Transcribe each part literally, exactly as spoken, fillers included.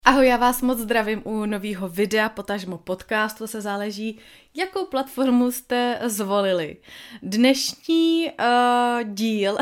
Ahoj, já vás moc zdravím u nového videa, potažmo podcastu, se záleží, jakou platformu jste zvolili. Dnešní uh, díl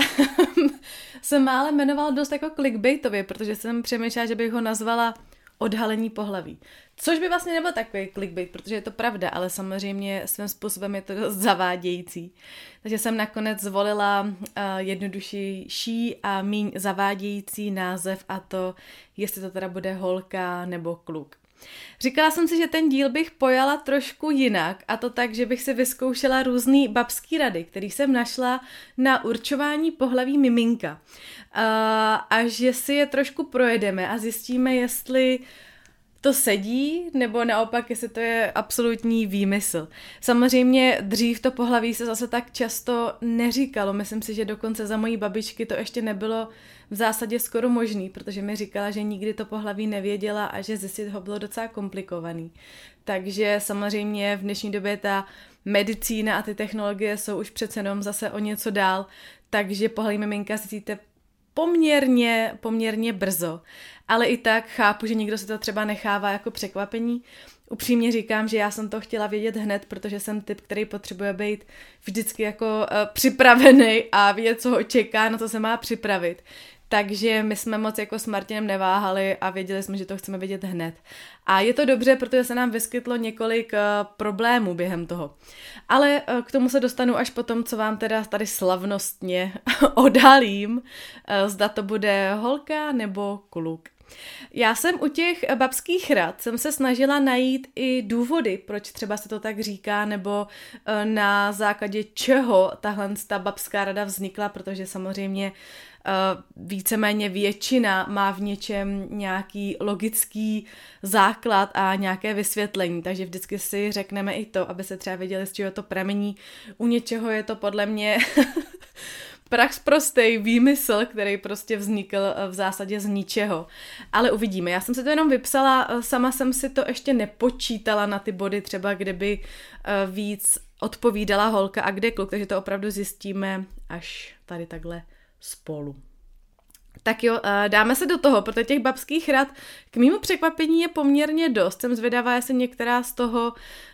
jsem málem jmenoval dost jako clickbaitově, protože jsem přemýšlela, že bych ho nazvala odhalení pohlaví. Což by vlastně nebyl takový clickbait, protože je to pravda, ale samozřejmě svým způsobem je to dost zavádějící. Takže jsem nakonec zvolila uh, jednodušší a míň zavádějící název, a to, jestli to teda bude holka nebo kluk. Říkala jsem si, že ten díl bych pojala trošku jinak, a to tak, že bych si vyzkoušela různý babský rady, který jsem našla na určování pohlaví miminka. Uh, a že si je trošku projedeme a zjistíme, jestli to sedí, nebo naopak, jestli to je absolutní výmysl. Samozřejmě dřív to pohlaví se zase tak často neříkalo. Myslím si, že dokonce za mojí babičky to ještě nebylo v zásadě skoro možný, protože mi říkala, že nikdy to pohlaví nevěděla a že zjistit ho bylo docela komplikovaný. Takže samozřejmě v dnešní době ta medicína a ty technologie jsou už přece jenom zase o něco dál, takže pohlaví miminka zjistíte poměrně, poměrně brzo. Ale i tak chápu, že někdo si to třeba nechává jako překvapení. Upřímně říkám, že já jsem to chtěla vědět hned, protože jsem typ, který potřebuje být vždycky jako uh, připravený a vědět, co ho čeká, na co se má připravit. Takže my jsme moc jako s Martinem neváhali a věděli jsme, že to chceme vědět hned. A je to dobře, protože se nám vyskytlo několik uh, problémů během toho. Ale uh, k tomu se dostanu až potom, co vám teda tady slavnostně odhalím, uh, zda to bude holka nebo kluk. Já jsem u těch babských rad jsem se snažila najít i důvody, proč třeba se to tak říká, nebo na základě čeho tahle ta babská rada vznikla, protože samozřejmě víceméně většina má v něčem nějaký logický základ a nějaké vysvětlení, takže vždycky si řekneme i to, aby se třeba věděli, z čeho to pramení. U něčeho je to podle mě prachsprostej výmysl, který prostě vznikl v zásadě z ničeho. Ale uvidíme. Já jsem si to jenom vypsala, sama jsem si to ještě nepočítala na ty body, třeba kdyby víc odpovídala holka a kde kluk, takže to opravdu zjistíme až tady takhle spolu. Tak jo, dáme se do toho, protože těch babských rad k mému překvapení je poměrně dost. Jsem zvědavá, jestli některá z toho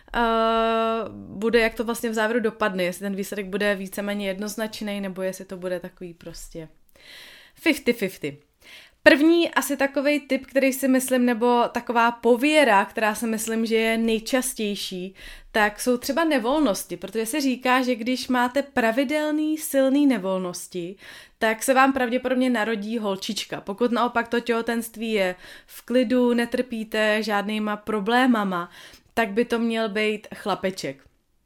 uh, bude, jak to vlastně v závěru dopadne, jestli ten výsledek bude víceméně jednoznačný, nebo jestli to bude takový prostě padesát padesát. První asi takovej tip, který si myslím, nebo taková pověra, která si myslím, že je nejčastější, tak jsou třeba nevolnosti, protože se říká, že když máte pravidelný, silný nevolnosti, tak se vám pravděpodobně narodí holčička. Pokud naopak to těhotenství je v klidu, netrpíte žádnýma problémama, tak by to měl být chlapeček.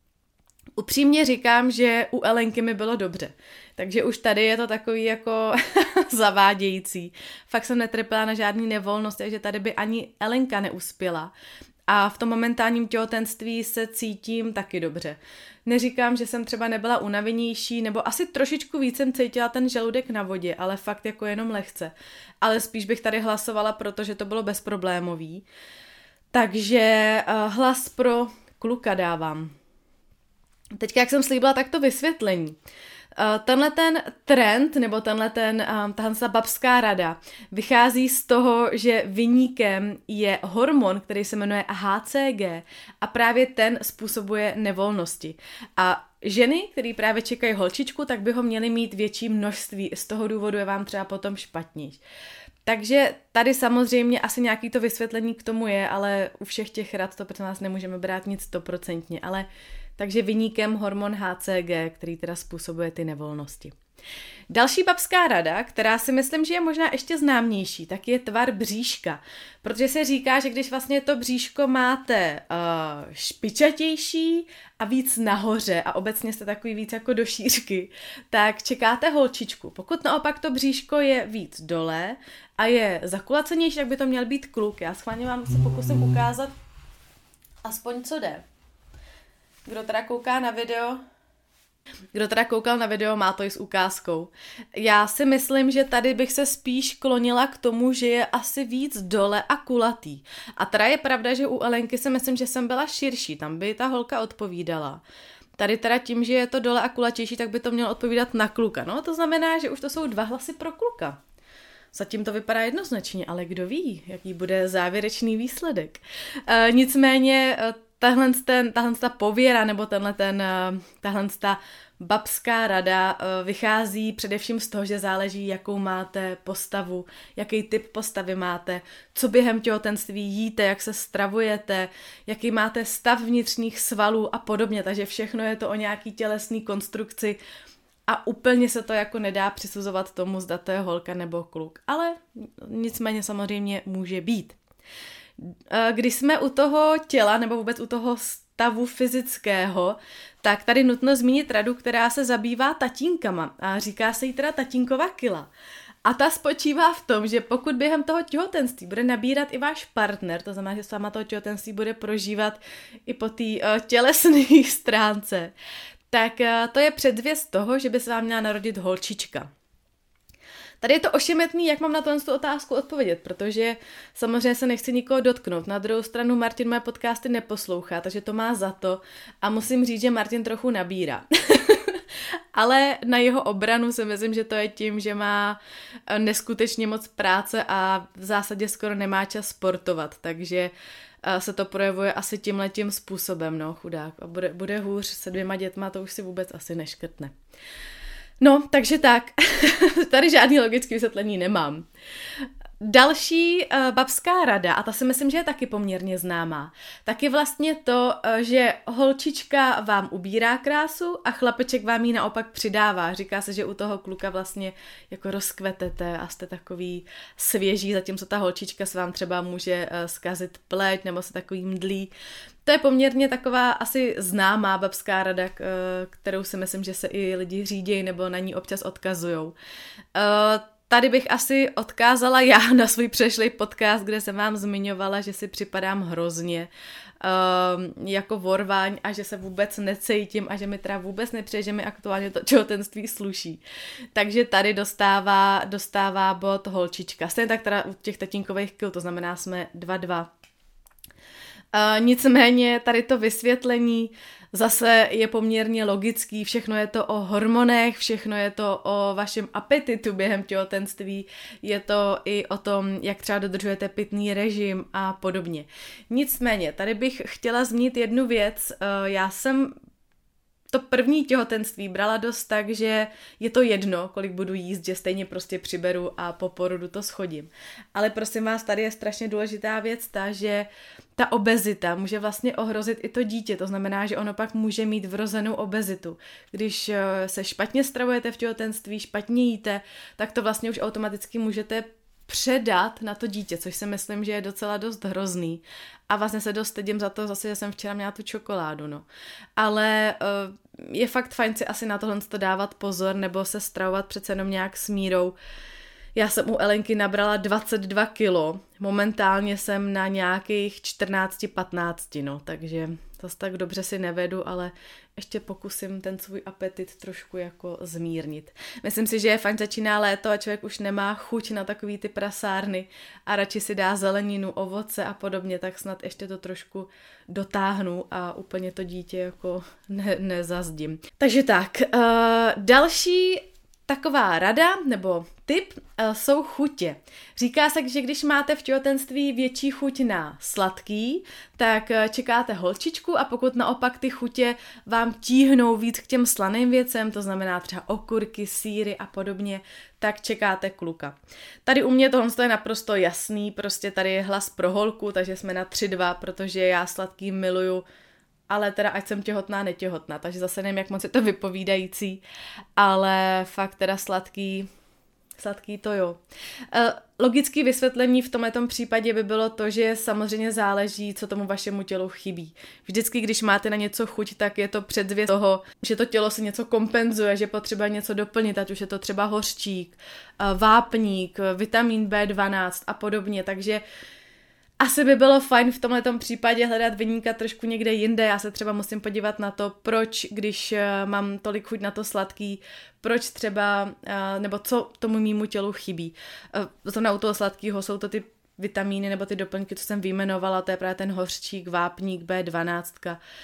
Upřímně říkám, že u Elenky mi bylo dobře, takže už tady je to takový jako zavádějící. Fakt jsem netrpěla na žádný nevolnost, takže tady by ani Elenka neuspěla. A v tom momentálním těhotenství se cítím taky dobře. Neříkám, že jsem třeba nebyla unavenější, nebo asi trošičku víc jsem cítila ten žaludek na vodě, ale fakt jako jenom lehce. Ale spíš bych tady hlasovala, protože to bylo bezproblémový. Takže uh, hlas pro kluka dávám. Teď, jak jsem slíbila, tak to vysvětlení. Tenhle ten trend, nebo tenhle ten, tahle ta babská rada, vychází z toho, že viníkem je hormon, který se jmenuje H C G a právě ten způsobuje nevolnosti. A ženy, které právě čekají holčičku, tak by ho měly mít větší množství, z toho důvodu je vám třeba potom špatněji. Takže tady samozřejmě asi nějaký to vysvětlení k tomu je, ale u všech těch rad to pro nás nemůžeme brát nic stoprocentně, ale takže viníkem hormon H C G, který teda způsobuje ty nevolnosti. Další babská rada, která si myslím, že je možná ještě známější, tak je tvar bříška. Protože se říká, že když vlastně to bříško máte uh, špičatější a víc nahoře a obecně jste takový víc jako do šířky, tak čekáte holčičku. Pokud naopak to bříško je víc dole a je zakulacenější, tak by to měl být kluk. Já schválně vám se pokusím ukázat aspoň co jde. Kdo teda kouká na video, kdo teda koukal na video, má to i s ukázkou. Já si myslím, že tady bych se spíš klonila k tomu, že je asi víc dole a kulatý. A teda je pravda, že u Elenky si myslím, že jsem byla širší, tam by ta holka odpovídala. Tady teda tím, že je to dole a kulatější, tak by to mělo odpovídat na kluka. No, to znamená, že už to jsou dva hlasy pro kluka. Zatím to vypadá jednoznačně, ale kdo ví, jaký bude závěrečný výsledek. E, nicméně tahle, ten, tahle ta pověra nebo tenhle ten, tahle ta babská rada vychází především z toho, že záleží, jakou máte postavu, jaký typ postavy máte, co během těhotenství jíte, jak se stravujete, jaký máte stav vnitřních svalů a podobně, takže všechno je to o nějaký tělesný konstrukci a úplně se to jako nedá přisuzovat tomu, zda to je holka nebo kluk, ale nicméně samozřejmě může být. Když jsme u toho těla nebo vůbec u toho stavu fyzického, tak tady nutno zmínit radu, která se zabývá tatínkama a říká se jí teda tatínková kila. A ta spočívá v tom, že pokud během toho těhotenství bude nabírat i váš partner, to znamená, že sama toho těhotenství bude prožívat i po té uh, tělesné stránce, tak uh, to je předvěst toho, že by se vám měla narodit holčička. Tady je to ošemetný, jak mám na tu otázku odpovědět, protože samozřejmě se nechci nikoho dotknout. Na druhou stranu Martin moje podcasty neposlouchá, takže to má za to a musím říct, že Martin trochu nabírá. Ale na jeho obranu si myslím, že to je tím, že má neskutečně moc práce a v zásadě skoro nemá čas sportovat, takže se to projevuje asi tímhletím způsobem, no chudák. A bude, bude hůř se dvěma dětma, to už si vůbec asi neškrtne. No, takže tak. Tady žádný logický vysvětlení nemám. Další uh, babská rada, a ta si myslím, že je taky poměrně známá, tak je vlastně to, uh, že holčička vám ubírá krásu a chlapeček vám ji naopak přidává. Říká se, že u toho kluka vlastně jako rozkvetete a jste takový svěží, zatímco ta holčička se vám třeba může uh, zkazit pleť nebo se takový mdlí. To je poměrně taková asi známá babská rada, uh, kterou si myslím, že se i lidi řídějí nebo na ní občas odkazujou. Uh, Tady bych asi odkázala já na svůj přešlý podcast, kde jsem vám zmiňovala, že si připadám hrozně um, jako vorváň a že se vůbec necítím a že mi teda vůbec nepřeje, že mi aktuálně to těhotenství sluší. Takže tady dostává, dostává bod holčička. Stejně tak teda u těch tatínkových kil, to znamená jsme dva dva. Uh, nicméně tady to vysvětlení zase je poměrně logický, všechno je to o hormonech, všechno je to o vašem apetitu během těhotenství, je to i o tom, jak třeba dodržujete pitný režim a podobně. Nicméně, tady bych chtěla zmínit jednu věc, uh, já jsem to první těhotenství brala dost tak, že je to jedno, kolik budu jíst, že stejně prostě přiberu a po porodu to schodím. Ale prosím vás, tady je strašně důležitá věc ta, že ta obezita může vlastně ohrozit i to dítě, to znamená, že ono pak může mít vrozenou obezitu. Když se špatně stravujete v těhotenství, špatně jíte, tak to vlastně už automaticky můžete předat na to dítě, což si myslím, že je docela dost hrozný. A vlastně se dost stydím za to zase, že jsem včera měla tu čokoládu, no. Ale uh, je fakt fajn si asi na tohle dávat pozor, nebo se stravovat přece jenom nějak s mírou. Já jsem u Elenky nabrala dvacet dva kilo, momentálně jsem na nějakých čtrnáct patnáct, no, takže zase tak dobře si nevedu, ale ještě pokusím ten svůj apetit trošku jako zmírnit. Myslím si, že je fajn, začíná léto a člověk už nemá chuť na takový ty prasárny a radši si dá zeleninu, ovoce a podobně, tak snad ještě to trošku dotáhnu a úplně to dítě jako ne, nezazdím. Takže tak, uh, další taková rada nebo tip uh, jsou chutě. Říká se, že když máte v těhotenství větší chuť na sladký, tak uh, čekáte holčičku a pokud naopak ty chutě vám tíhnou víc k těm slaným věcem, to znamená třeba okurky, sýry a podobně, tak čekáte kluka. Tady u mě tohle je naprosto jasný, prostě tady je hlas pro holku, takže jsme na tři dva, protože já sladký miluju, ale teda ať jsem těhotná, netěhotná, takže zase nevím, jak moc je to vypovídající, ale fakt teda sladký, sladký to jo. E, logické vysvětlení v tomhletom případě by bylo to, že samozřejmě záleží, co tomu vašemu tělu chybí. Vždycky, když máte na něco chuť, tak je to předzvěst toho, že to tělo si něco kompenzuje, že potřeba něco doplnit, ať už je to třeba hořčík, vápník, vitamin bé dvanáct a podobně, takže asi by bylo fajn v tomhletom případě hledat viníka trošku někde jinde. Já se třeba musím podívat na to, proč, když mám tolik chuť na to sladký, proč třeba, nebo co tomu mýmu tělu chybí. Zrovna u toho sladkého jsou to ty vitamíny nebo ty doplňky, co jsem vyjmenovala, to je právě ten hořčík, vápník, bé dvanáct.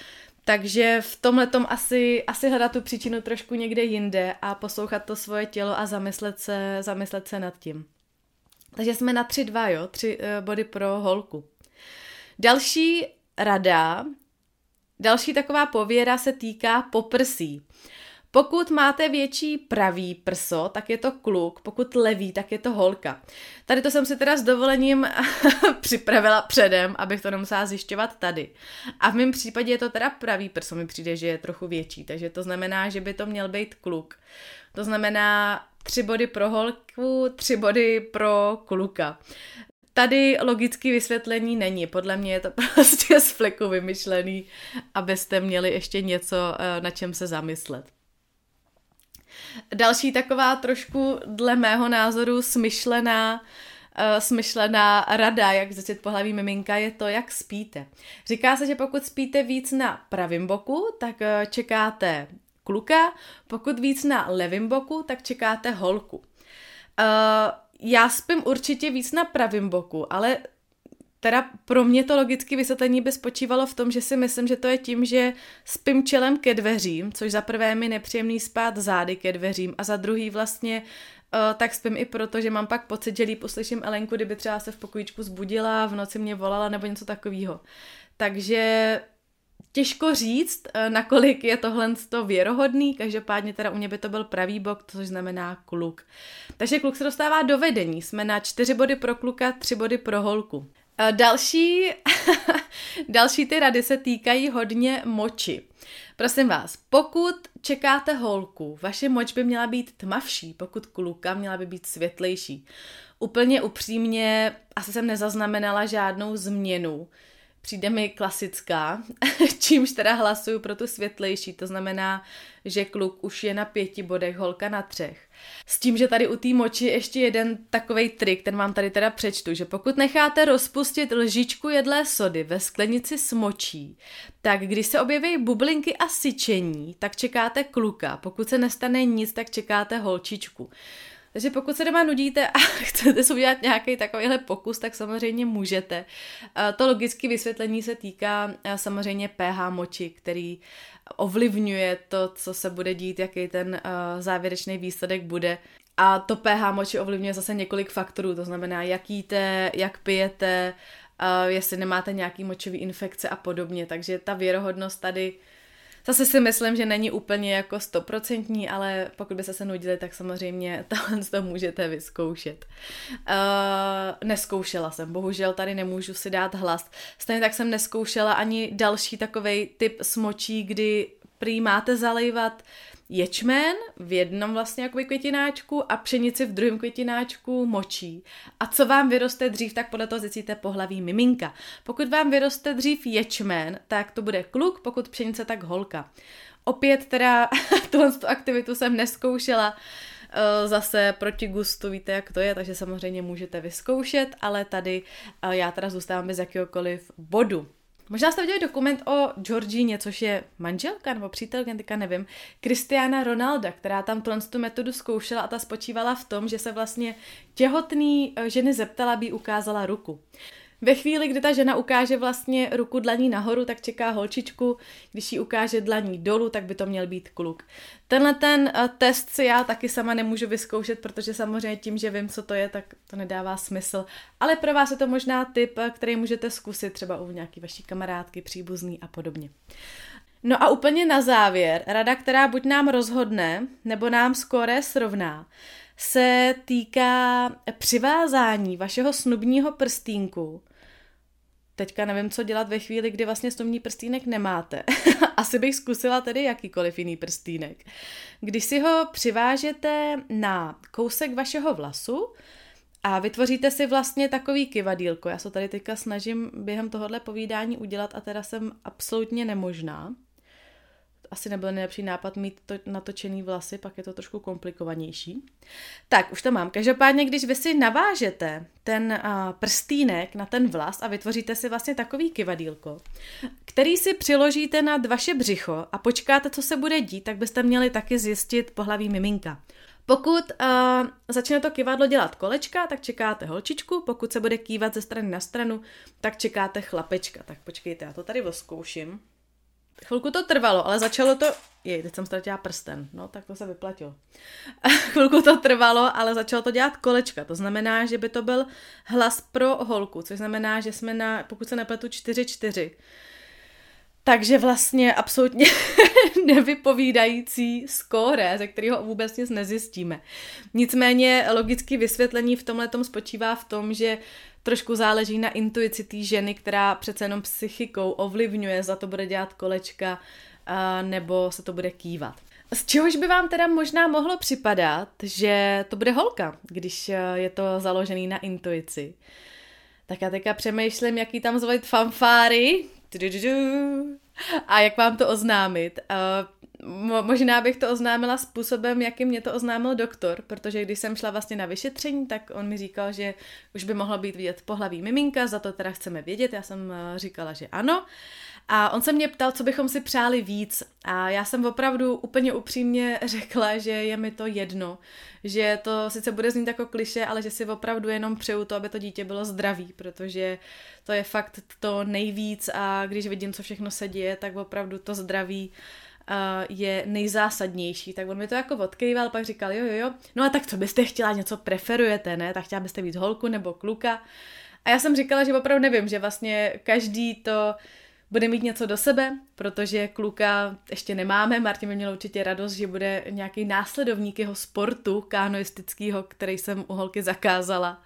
Takže v tomhletom asi, asi hledat tu příčinu trošku někde jinde a poslouchat to svoje tělo a zamyslet se, zamyslet se nad tím. Takže jsme na tři dva, jo, tři uh, body pro holku. Další rada, další taková pověra se týká poprsí. Pokud máte větší pravý prso, tak je to kluk, pokud levý, tak je to holka. Tady to jsem si teda s dovolením připravila předem, abych to nemusela zjišťovat tady. A v mém případě je to teda pravý prso, mi přijde, že je trochu větší, takže to znamená, že by to měl být kluk. To znamená tři body pro holku, tři body pro kluka. Tady logické vysvětlení není, podle mě je to prostě z fleku vymyšlený, abyste měli ještě něco, na čem se zamyslet. Další taková trošku dle mého názoru smyšlená, uh, smyšlená rada, jak začít pohlaví miminka, je to, jak spíte. Říká se, že pokud spíte víc na pravém boku, tak uh, čekáte kluka, pokud víc na levém boku, tak čekáte holku. Uh, já spím určitě víc na pravém boku, ale teda pro mě to logické vysvětlení by spočívalo v tom, že si myslím, že to je tím, že spím čelem ke dveřím, což za prvé mi nepříjemný spát zády ke dveřím a za druhý vlastně uh, tak spím i proto, že mám pak pocit, že líp uslyším Elenku, kdyby třeba se v pokojíčku zbudila, v noci mě volala nebo něco takového. Takže těžko říct, uh, nakolik je tohle to věrohodný, každopádně teda u mě by to byl pravý bok, což znamená kluk. Takže kluk se dostává do vedení, jsme na čtyři body pro kluka, tři body pro holku. Další, další ty rady se týkají hodně moči. Prosím vás, pokud čekáte holku, vaše moč by měla být tmavší, pokud kluka měla by být světlejší. Úplně upřímně, asi jsem nezaznamenala žádnou změnu. Přijde mi klasická, čímž teda hlasuju pro tu světlejší, to znamená, že kluk už je na pěti bodech, holka na třech. S tím, že tady u té moči ještě jeden takovej trik, ten vám tady teda přečtu, že pokud necháte rozpustit lžičku jedlé sody ve sklenici s močí, tak když se objeví bublinky a syčení, tak čekáte kluka, pokud se nestane nic, tak čekáte holčičku. Takže pokud se doma nudíte a chcete si udělat nějaký takovýhle pokus, tak samozřejmě můžete. To logické vysvětlení se týká samozřejmě pH moči, který ovlivňuje to, co se bude dít, jaký ten závěrečný výsledek bude. A to pH moči ovlivňuje zase několik faktorů, to znamená, jak jíte, jak pijete, jestli nemáte nějaký močový infekce a podobně. Takže ta věrohodnost tady zase si myslím, že není úplně jako stoprocentní, ale pokud byste se nudili, tak samozřejmě tohle to můžete vyzkoušet. Uh, neskoušela jsem, bohužel tady nemůžu si dát hlas. Stejně tak jsem neskoušela ani další takovej typ smočí, kdy prý máte zalejvat ječmen v jednom vlastně jakoby květináčku a pšenici v druhém květináčku močí. A co vám vyroste dřív, tak podle toho zjistíte pohlaví miminka. Pokud vám vyroste dřív ječmen, tak to bude kluk, pokud pšenice, tak holka. Opět teda tuhle aktivitu jsem neskoušela, zase proti gustu, víte, jak to je, takže samozřejmě můžete vyzkoušet, ale tady já teda zůstávám bez jakéhokoliv bodu. Možná jste viděli dokument o Georgině, což je manželka nebo přítelkyně, teďka nevím, Cristiana Ronalda, která tam tu metodu zkoušela a ta spočívala v tom, že se vlastně těhotný ženy zeptala, aby jí ukázala ruku. Ve chvíli, kdy ta žena ukáže vlastně ruku dlaní nahoru, tak čeká holčičku, když jí ukáže dlaní dolů, tak by to měl být kluk. Tenhle ten test si já taky sama nemůžu vyzkoušet, protože samozřejmě tím, že vím, co to je, tak to nedává smysl. Ale pro vás je to možná tip, který můžete zkusit třeba u nějaký vaší kamarádky, příbuzný a podobně. No a úplně na závěr, rada, která buď nám rozhodne, nebo nám skóre srovná, se týká přivázání vašeho snubního prstínku. Teďka nevím, co dělat ve chvíli, kdy vlastně snubní prstínek nemáte. Asi bych zkusila tedy jakýkoliv jiný prstínek. Když si ho přivážete na kousek vašeho vlasu a vytvoříte si vlastně takový kyvadýlko. Já se tady teďka snažím během tohohle povídání udělat a teda jsem absolutně nemožná. Asi nebyl nejlepší nápad mít to natočený vlasy, pak je to trošku komplikovanější. Tak, už to mám. Každopádně, když vy si navážete ten uh, prstýnek na ten vlas a vytvoříte si vlastně takový kyvadýlko, který si přiložíte nad vaše břicho a počkáte, co se bude dít, tak byste měli taky zjistit pohlaví miminka. Pokud uh, začne to kyvadlo dělat kolečka, tak čekáte holčičku, pokud se bude kývat ze strany na stranu, tak čekáte chlapečka. Tak počkejte, já to tady vyzkouším. chvilku to trvalo, ale začalo to, jej, teď jsem ztratila prsten, no tak to se vyplatilo. Chvilku to trvalo, ale začalo to dělat kolečka, to znamená, že by to byl hlas pro holku, což znamená, že jsme na, pokud se nepletu, čtyři čtyři. Takže vlastně absolutně nevypovídající skóre, ze kterého vůbec nic nezjistíme. Nicméně logické vysvětlení v tomhletom spočívá v tom, že trošku záleží na intuici té ženy, která přece jenom psychikou ovlivňuje, zda to bude dělat kolečka nebo se to bude kývat. Z čehož by vám teda možná mohlo připadat, že to bude holka, když je to založený na intuici. Tak já teďka přemýšlím, jaký tam zvolit fanfáry a jak vám to oznámit. Možná bych to oznámila způsobem, jakým mě to oznámil doktor, protože když jsem šla vlastně na vyšetření, tak on mi říkal, že už by mohlo být vidět pohlaví miminka, za to teda chceme vědět, já jsem říkala, že ano. A on se mě ptal, co bychom si přáli víc a já jsem opravdu úplně upřímně řekla, že je mi to jedno, že to sice bude znít jako klišé, ale že si opravdu jenom přeju to, aby to dítě bylo zdravý, protože to je fakt to nejvíc a když vidím, co všechno se děje, tak opravdu to zdraví uh, je nejzásadnější. Tak on mi to jako odkejval, pak říkal jo, jo, jo, no a tak co byste chtěla, něco preferujete, ne? Tak chtěla byste víc holku nebo kluka? A já jsem říkala, že opravdu nevím, že vlastně každý to bude mít něco do sebe, protože kluka ještě nemáme. Martin by měl určitě radost, že bude nějaký následovník jeho sportu kanoistického, který jsem u holky zakázala.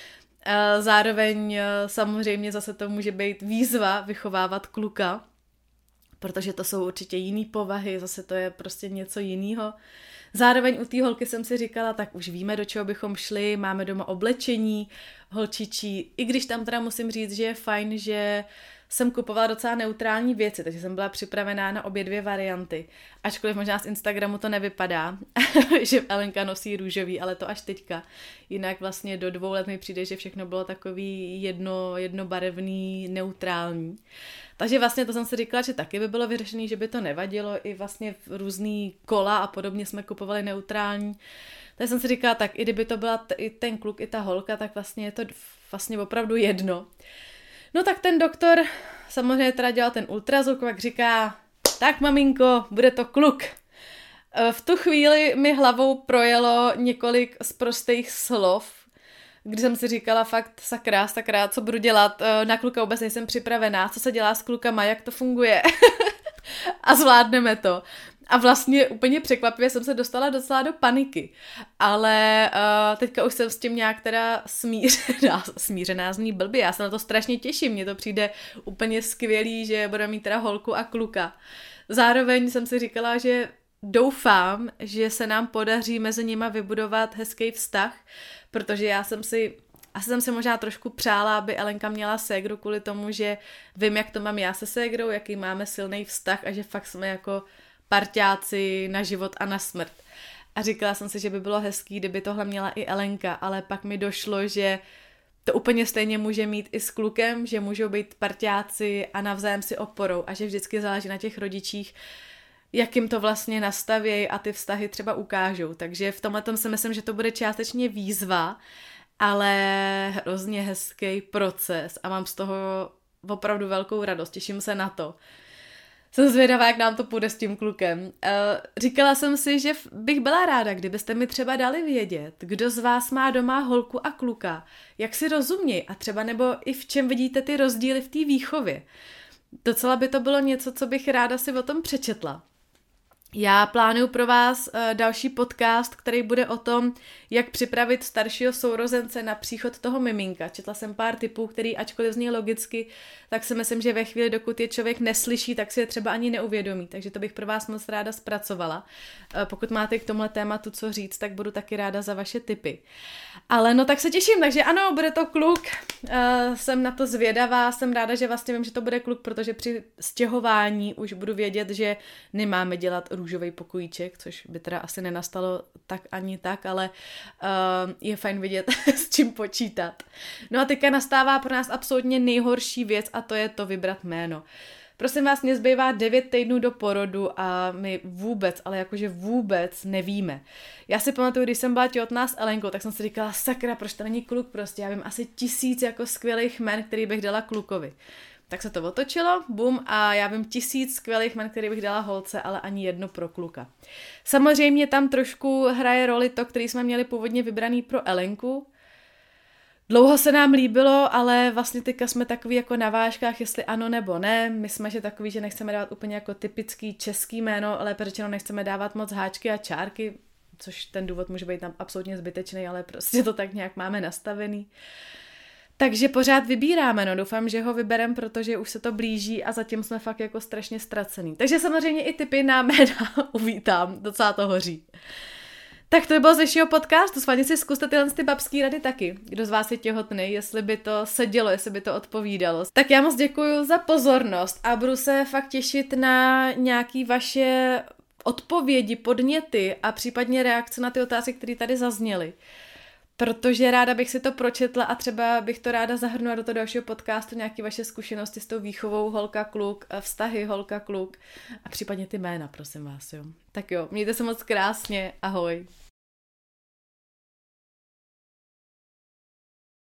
Zároveň samozřejmě zase to může být výzva vychovávat kluka, protože to jsou určitě jiný povahy, zase to je prostě něco jiného. Zároveň u té holky jsem si říkala, tak už víme, do čeho bychom šli, máme doma oblečení holčičí, i když tam teda musím říct, že je fajn, že jsem kupovala docela neutrální věci, takže jsem byla připravená na obě dvě varianty. Ačkoliv možná z Instagramu to nevypadá, že Elenka nosí růžový, ale to až teďka. Jinak vlastně do dvou let mi přijde, že všechno bylo takový jedno, jednobarevný, neutrální. Takže vlastně to jsem si říkala, že taky by bylo vyřešené, že by to nevadilo, i vlastně různý kola a podobně jsme kupovali neutrální. Takže jsem si říkala, tak i kdyby to byla t- i ten kluk, i ta holka, tak vlastně je to vlastně opravdu jedno. No tak ten doktor samozřejmě teda dělal ten ultrazvuk, jak říká, tak maminko, bude to kluk. V tu chvíli mi hlavou projelo několik sprostých slov, kdy jsem si říkala fakt sakra, sakra, co budu dělat, na kluka vůbec nejsem připravená, co se dělá s klukama, jak to funguje a zvládneme to. A vlastně úplně překvapivě jsem se dostala docela do paniky, ale uh, teďka už jsem s tím nějak teda smířená, smířená zní blbě, já se na to strašně těším, mně to přijde úplně skvělý, že budeme mít teda holku a kluka. Zároveň jsem si říkala, že doufám, že se nám podaří mezi nima vybudovat hezký vztah, protože já jsem si, asi jsem si možná trošku přála, aby Elenka měla ségru kvůli tomu, že vím, jak to mám já se ségrou, jaký máme silný vztah a že fakt jsme jako parťáci na život a na smrt. A říkala jsem si, že by bylo hezký, kdyby tohle měla i Elenka, ale pak mi došlo, že to úplně stejně může mít i s klukem, že můžou být parťáci a navzájem si oporou a že vždycky záleží na těch rodičích, jak jim to vlastně nastavějí a ty vztahy třeba ukážou. Takže v tomhletom si myslím, že to bude částečně výzva, ale hrozně hezký proces a mám z toho opravdu velkou radost, těším se na to. Jsem zvědavá, jak nám to půjde s tím klukem. Říkala jsem si, že bych byla ráda, kdybyste mi třeba dali vědět, kdo z vás má doma holku a kluka, jak si rozumějí a třeba nebo i v čem vidíte ty rozdíly v té výchově. Docela by to bylo něco, co bych ráda si o tom přečetla. Já plánuju pro vás další podcast, který bude o tom, jak připravit staršího sourozence na příchod toho miminka. Četla jsem pár tipů, který ačkoliv zní logicky, tak si myslím, že ve chvíli, dokud je člověk neslyší, tak si je třeba ani neuvědomí. Takže to bych pro vás moc ráda zpracovala. Pokud máte k tomhle tématu co říct, tak budu taky ráda za vaše tipy. Ale no tak se těším, takže ano, bude to kluk. Jsem na to zvědavá, jsem ráda, že vlastně vím, že to bude kluk, protože při stěhování už budu vědět, že nemáme dělat růžový pokojíček, což by teda asi nenastalo tak ani tak, ale uh, je fajn vidět, s čím počítat. No a teďka nastává pro nás absolutně nejhorší věc a to je to vybrat jméno. Prosím vás, mě zbývá devět týdnů do porodu a my vůbec, ale jakože vůbec nevíme. Já si pamatuju, když jsem byla těhotná s Elenkou, tak jsem si říkala, sakra, proč to není kluk prostě, já vím asi tisíc jako skvělých jmen, který bych dala klukovi. Tak se to otočilo, bum, a já vím tisíc skvělých jmen, který bych dala holce, ale ani jedno pro kluka. Samozřejmě tam trošku hraje roli to, který jsme měli původně vybraný pro Elenku. Dlouho se nám líbilo, ale vlastně teďka jsme takový jako na vážkách, jestli ano nebo ne. My jsme že takový, že nechceme dávat úplně jako typický český jméno, ale řečeno nechceme dávat moc háčky a čárky, což ten důvod může být tam absolutně zbytečný, ale prostě to tak nějak máme nastavený. Takže pořád vybíráme, no doufám, že ho vyberem, protože už se to blíží a zatím jsme fakt jako strašně ztracený. Takže samozřejmě i tipy na jména uvítám, docela to hoří. Tak to by bylo z dnešního podcastu, s vámi si zkuste tyhle ty babský rady taky, kdo z vás je těhotný, jestli by to sedělo, jestli by to odpovídalo. Tak já moc děkuju za pozornost a budu se fakt těšit na nějaký vaše odpovědi, podněty a případně reakce na ty otázky, které tady zazněly. Protože ráda bych si to pročetla a třeba bych to ráda zahrnula do toho dalšího podcastu nějaké vaše zkušenosti s tou výchovou holka-kluk, vztahy holka-kluk a případně ty jména, prosím vás, jo. Tak jo, mějte se moc krásně, ahoj.